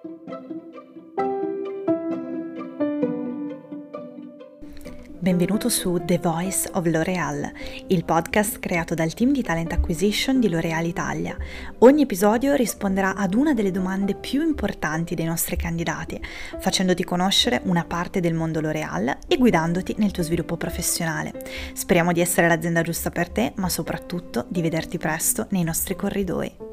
Benvenuto su The Voice of L'Oréal, il podcast creato dal team di Talent Acquisition di L'Oréal Italia. Ogni episodio risponderà ad una delle domande più importanti dei nostri candidati, facendoti conoscere una parte del mondo L'Oréal e guidandoti nel tuo sviluppo professionale. Speriamo di essere l'azienda giusta per te, ma soprattutto di vederti presto nei nostri corridoi.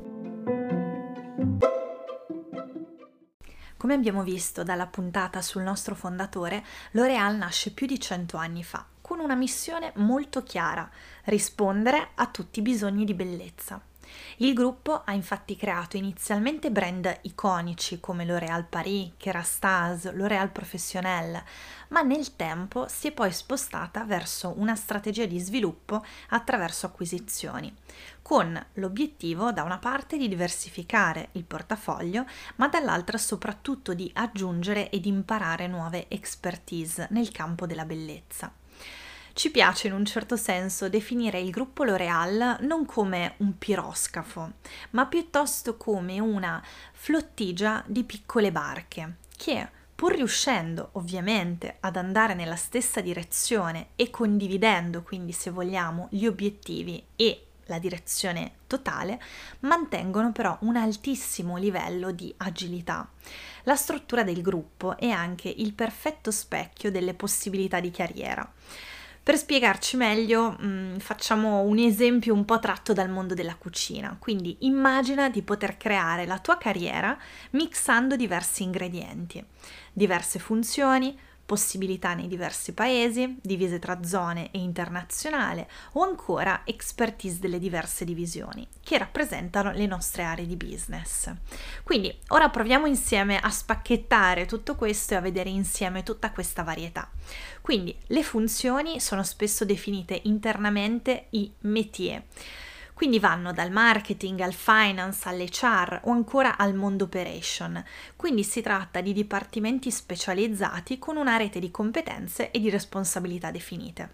Come abbiamo visto dalla puntata sul nostro fondatore, L'Oréal nasce più di 100 anni fa, con una missione molto chiara: rispondere a tutti i bisogni di bellezza. Il gruppo ha infatti creato inizialmente brand iconici come L'Oréal Paris, Kérastase, L'Oréal Professionnel, ma nel tempo si è poi spostata verso una strategia di sviluppo attraverso acquisizioni, con l'obiettivo da una parte di diversificare il portafoglio, ma dall'altra soprattutto di aggiungere ed imparare nuove expertise nel campo della bellezza. Ci piace in un certo senso definire il gruppo L'Oréal non come un piroscafo, ma piuttosto come una flottigia di piccole barche che, pur riuscendo ovviamente ad andare nella stessa direzione e condividendo quindi, se vogliamo, gli obiettivi e la direzione totale, mantengono però un altissimo livello di agilità. La struttura del gruppo è anche il perfetto specchio delle possibilità di carriera. Per spiegarci meglio, facciamo un esempio un po' tratto dal mondo della cucina. Quindi immagina di poter creare la tua carriera mixando diversi ingredienti, diverse funzioni, possibilità nei diversi paesi, divise tra zone e internazionale, o ancora expertise delle diverse divisioni che rappresentano le nostre aree di business. Quindi ora proviamo insieme a spacchettare tutto questo e a vedere insieme tutta questa varietà. Quindi le funzioni sono spesso definite internamente i métier. Quindi vanno dal marketing al finance, all'HR o ancora al mondo operation. Quindi si tratta di dipartimenti specializzati con una rete di competenze e di responsabilità definite.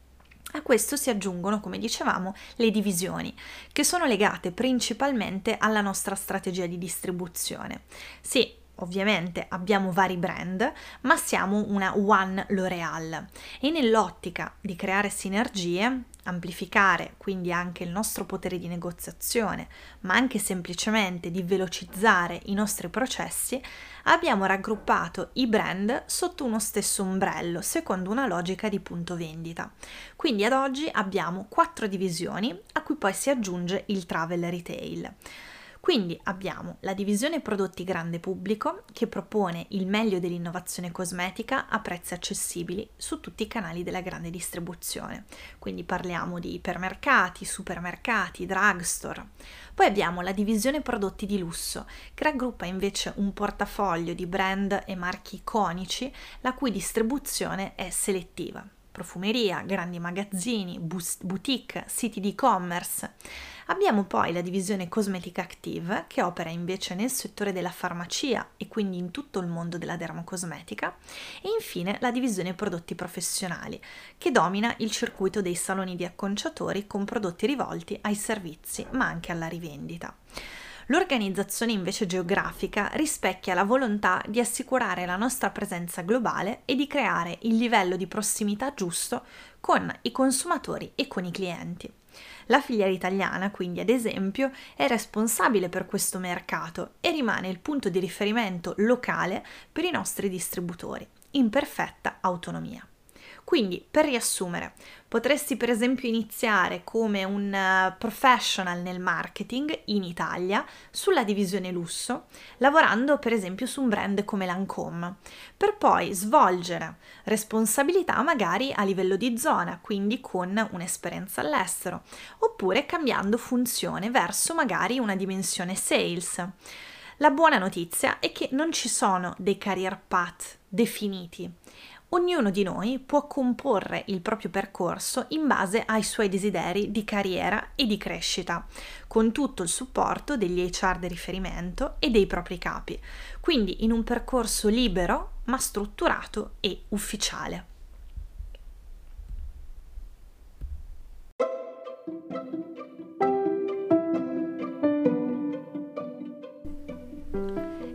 A questo si aggiungono, come dicevamo, le divisioni, che sono legate principalmente alla nostra strategia di distribuzione. Sì, ovviamente abbiamo vari brand, ma siamo una One L'Oréal e nell'ottica di creare sinergie, amplificare quindi anche il nostro potere di negoziazione, ma anche semplicemente di velocizzare i nostri processi, abbiamo raggruppato i brand sotto uno stesso ombrello, secondo una logica di punto vendita. Quindi ad oggi abbiamo 4 divisioni, a cui poi si aggiunge il travel retail. Quindi abbiamo la divisione prodotti grande pubblico, che propone il meglio dell'innovazione cosmetica a prezzi accessibili su tutti i canali della grande distribuzione. Quindi parliamo di ipermercati, supermercati, drugstore. Poi abbiamo la divisione prodotti di lusso, che raggruppa invece un portafoglio di brand e marchi iconici, la cui distribuzione è selettiva. Profumeria, grandi magazzini, boutique, siti di e-commerce. Abbiamo poi la divisione Cosmetic Active, che opera invece nel settore della farmacia e quindi in tutto il mondo della dermocosmetica, e infine la divisione Prodotti Professionali, che domina il circuito dei saloni di acconciatori con prodotti rivolti ai servizi ma anche alla rivendita. L'organizzazione invece geografica rispecchia la volontà di assicurare la nostra presenza globale e di creare il livello di prossimità giusto con i consumatori e con i clienti. La filiera italiana, quindi, ad esempio, è responsabile per questo mercato e rimane il punto di riferimento locale per i nostri distributori, in perfetta autonomia. Quindi, per riassumere, potresti per esempio iniziare come un professional nel marketing in Italia sulla divisione lusso, lavorando per esempio su un brand come Lancôme, per poi svolgere responsabilità magari a livello di zona, quindi con un'esperienza all'estero, oppure cambiando funzione verso magari una dimensione sales. La buona notizia è che non ci sono dei career path definiti. Ognuno di noi può comporre il proprio percorso in base ai suoi desideri di carriera e di crescita, con tutto il supporto degli HR di riferimento e dei propri capi, quindi in un percorso libero ma strutturato e ufficiale.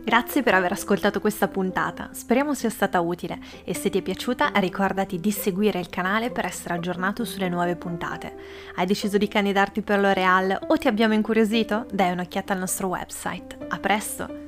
Grazie per aver ascoltato questa puntata, speriamo sia stata utile e se ti è piaciuta ricordati di seguire il canale per essere aggiornato sulle nuove puntate. Hai deciso di candidarti per L'Oréal o ti abbiamo incuriosito? Dai un'occhiata al nostro website. A presto!